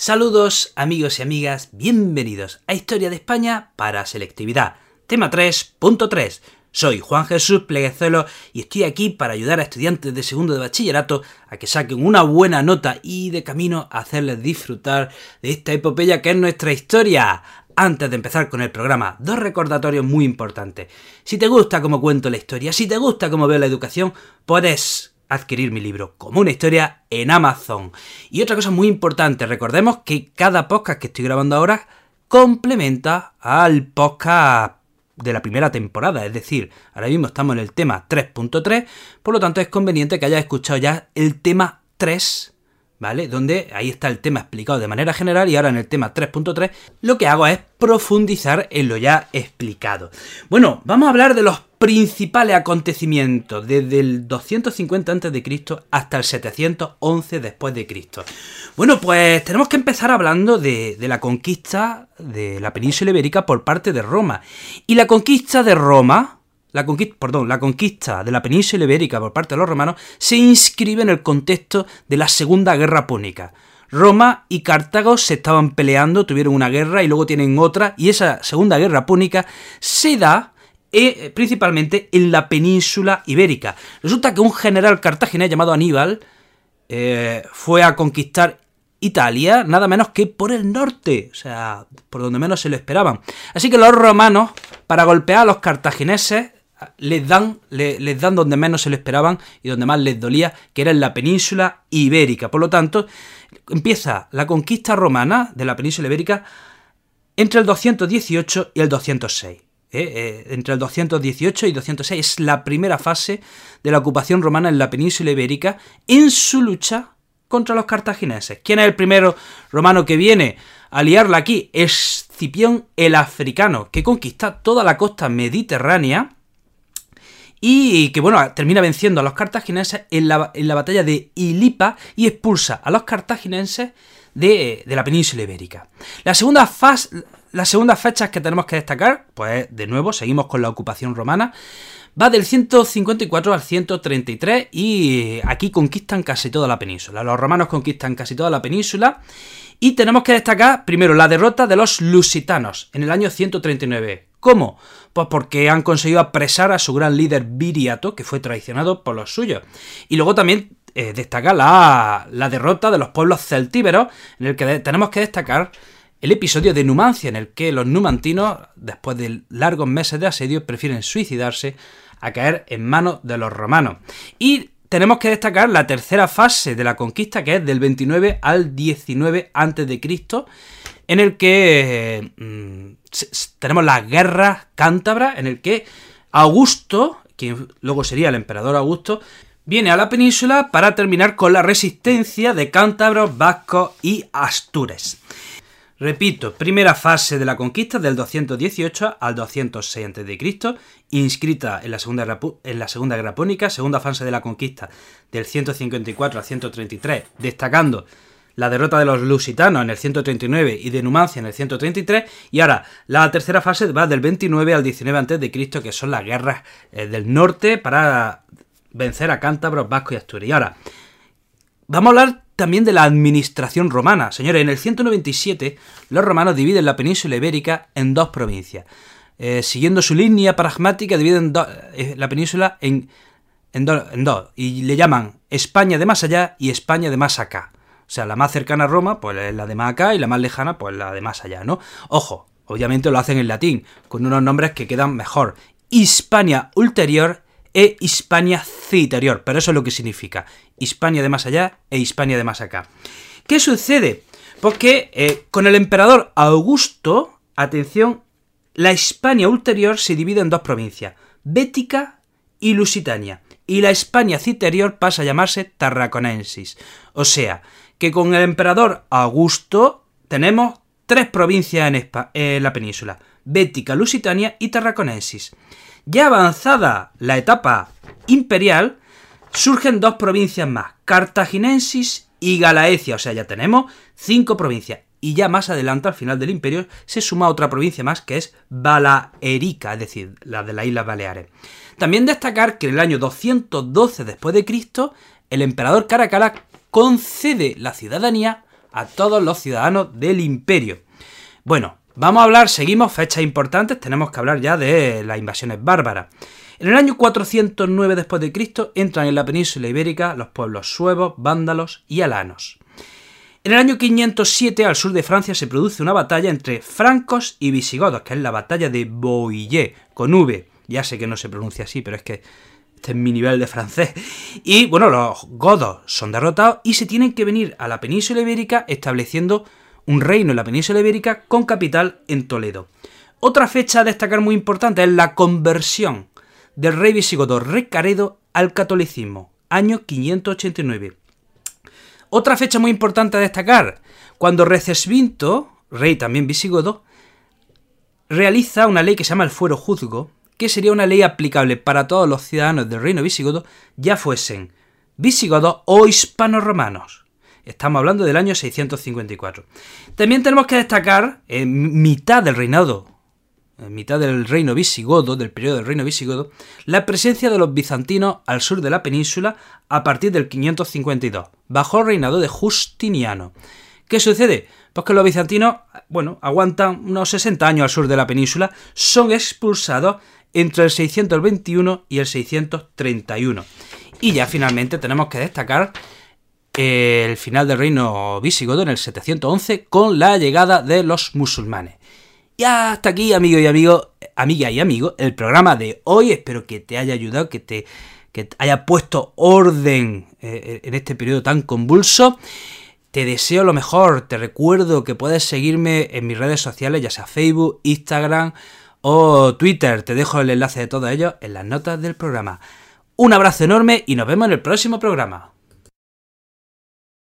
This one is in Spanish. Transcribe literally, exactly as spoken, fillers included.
Saludos amigos y amigas, bienvenidos a Historia de España para Selectividad, tema tres punto tres. Soy Juan Jesús Pleguezolo y estoy aquí para ayudar a estudiantes de segundo de bachillerato a que saquen una buena nota y de camino a hacerles disfrutar de esta epopeya que es nuestra historia. Antes de empezar con el programa, dos recordatorios muy importantes. Si te gusta cómo cuento la historia, si te gusta cómo veo la educación, puedes adquirir mi libro Como una historia en Amazon. Y otra cosa muy importante, recordemos que cada podcast que estoy grabando ahora complementa al podcast de la primera temporada, es decir, ahora mismo estamos en el tema tres punto tres, por lo tanto es conveniente que hayas escuchado ya el tema tres, ¿vale? Donde ahí está el tema explicado de manera general y ahora en el tema tres punto tres lo que hago es profundizar en lo ya explicado. Bueno, vamos a hablar de los principales acontecimientos desde el doscientos cincuenta antes de Cristo hasta el setecientos once después de Cristo. Bueno, pues tenemos que empezar hablando de, de la conquista de la península ibérica por parte de Roma. Y la conquista de Roma, la conquista, perdón, la conquista de la península ibérica por parte de los romanos se inscribe en el contexto de la Segunda Guerra Púnica. Roma y Cartago se estaban peleando, tuvieron una guerra y luego tienen otra, y esa Segunda Guerra Púnica se da Eh, principalmente en la península ibérica. Resulta que un general cartaginés llamado Aníbal eh, fue a conquistar Italia, nada menos que por el norte, o sea, por donde menos se lo esperaban. Así que los romanos, para golpear a los cartagineses, les dan, les, les dan donde menos se lo esperaban y donde más les dolía, que era en la península ibérica. Por lo tanto, empieza la conquista romana de la península ibérica entre el doscientos dieciocho y el doscientos seis. Eh, eh, entre el doscientos dieciocho y doscientos seis es la primera fase de la ocupación romana en la península ibérica en su lucha contra los cartagineses. ¿Quién es el primero romano que viene a liarla aquí? Es Escipión el Africano, que conquista toda la costa mediterránea y que, bueno, termina venciendo a los cartagineses en la, en la batalla de Ilipa y expulsa a los cartagineses de, de la península ibérica. La segunda fase... Las segundas fechas que tenemos que destacar, pues de nuevo seguimos con la ocupación romana, va del ciento cincuenta y cuatro al ciento treinta y tres y aquí conquistan casi toda la península. Los romanos conquistan casi toda la península y tenemos que destacar primero la derrota de los lusitanos en el año ciento treinta y nueve. ¿Cómo? Pues porque han conseguido apresar a su gran líder Viriato, que fue traicionado por los suyos. Y luego también eh, destacar la, la derrota de los pueblos celtíberos, en el que de, tenemos que destacar el episodio de Numancia, en el que los numantinos, después de largos meses de asedio, prefieren suicidarse a caer en manos de los romanos. Y tenemos que destacar la tercera fase de la conquista, que es del veintinueve al diecinueve antes de Cristo, en el que eh, tenemos las guerras cántabras, en el que Augusto, quien luego sería el emperador Augusto, viene a la península para terminar con la resistencia de cántabros, vascos y astures. Repito, primera fase de la conquista del doscientos dieciocho al doscientos seis antes de Cristo, inscrita en la, segunda, en la Segunda Guerra Púnica, segunda fase de la conquista del ciento cincuenta y cuatro al ciento treinta y tres, destacando la derrota de los lusitanos en el ciento treinta y nueve y de Numancia en el ciento treinta y tres, y ahora la tercera fase va del veintinueve al diecinueve antes de Cristo, que son las guerras eh, del norte para vencer a cántabros, vascos y astures. Y ahora, vamos a hablar también de la administración romana. Señores, en el ciento noventa y siete los romanos dividen la península ibérica en dos provincias. Eh, siguiendo su línea pragmática, dividen do, eh, la península en, en, do, en dos y le llaman España de más allá y España de más acá. O sea, la más cercana a Roma, pues es la de más acá, y la más lejana, pues la de más allá, ¿no? Ojo, obviamente lo hacen en latín, con unos nombres que quedan mejor. Hispania ulterior e Hispania citerior, pero eso es lo que significa Hispania de más allá e Hispania de más acá. ¿Qué sucede? Pues que eh, con el emperador Augusto, atención, la Hispania ulterior se divide en dos provincias, Bética y Lusitania, y la Hispania citerior pasa a llamarse Tarraconensis. O sea, que con el emperador Augusto tenemos tres provincias en, Espa- en la península, Bética, Lusitania y Tarraconensis. Ya avanzada la etapa imperial, surgen dos provincias más, Cartaginensis y Galaecia, o sea, ya tenemos cinco provincias. Y ya más adelante, al final del imperio, se suma otra provincia más, que es Balearica, es decir, la de las Islas Baleares. También destacar que en el año doscientos doce después de Cristo, el emperador Caracalla concede la ciudadanía a todos los ciudadanos del imperio. Bueno, vamos a hablar, seguimos, fechas importantes, tenemos que hablar ya de las invasiones bárbaras. En el año cuatrocientos nueve después de Cristo entran en la península ibérica los pueblos suevos, vándalos y alanos. En el año quinientos siete, al sur de Francia, se produce una batalla entre francos y visigodos, que es la batalla de Bouillé, con V. Ya sé que no se pronuncia así, pero es que este es mi nivel de francés. Y bueno, los godos son derrotados y se tienen que venir a la península ibérica estableciendo un reino en la península ibérica con capital en Toledo. Otra fecha a destacar muy importante es la conversión del rey visigodo Recaredo al catolicismo, año quinientos ochenta y nueve. Otra fecha muy importante a destacar, cuando Recesvinto, rey también visigodo, realiza una ley que se llama el fuero juzgo, que sería una ley aplicable para todos los ciudadanos del reino visigodo, ya fuesen visigodos o hispanoromanos. Estamos hablando del año seiscientos cincuenta y cuatro. También tenemos que destacar, en mitad del reinado, en mitad del reino visigodo, del periodo del reino visigodo, la presencia de los bizantinos al sur de la península a partir del quinientos cincuenta y dos, bajo el reinado de Justiniano. ¿Qué sucede? Pues que los bizantinos, bueno, aguantan unos sesenta años al sur de la península, son expulsados entre el seiscientos veintiuno y el seiscientos treinta y uno. Y ya finalmente tenemos que destacar el final del reino visigodo en el setecientos once con la llegada de los musulmanes. Y hasta aquí, amigos y amigos, amigas y amigos, el programa de hoy. Espero que te haya ayudado, que te, que te haya puesto orden eh, en este periodo tan convulso. Te deseo lo mejor. Te recuerdo que puedes seguirme en mis redes sociales, ya sea Facebook, Instagram o Twitter. Te dejo el enlace de todos ellos en las notas del programa. Un abrazo enorme y nos vemos en el próximo programa.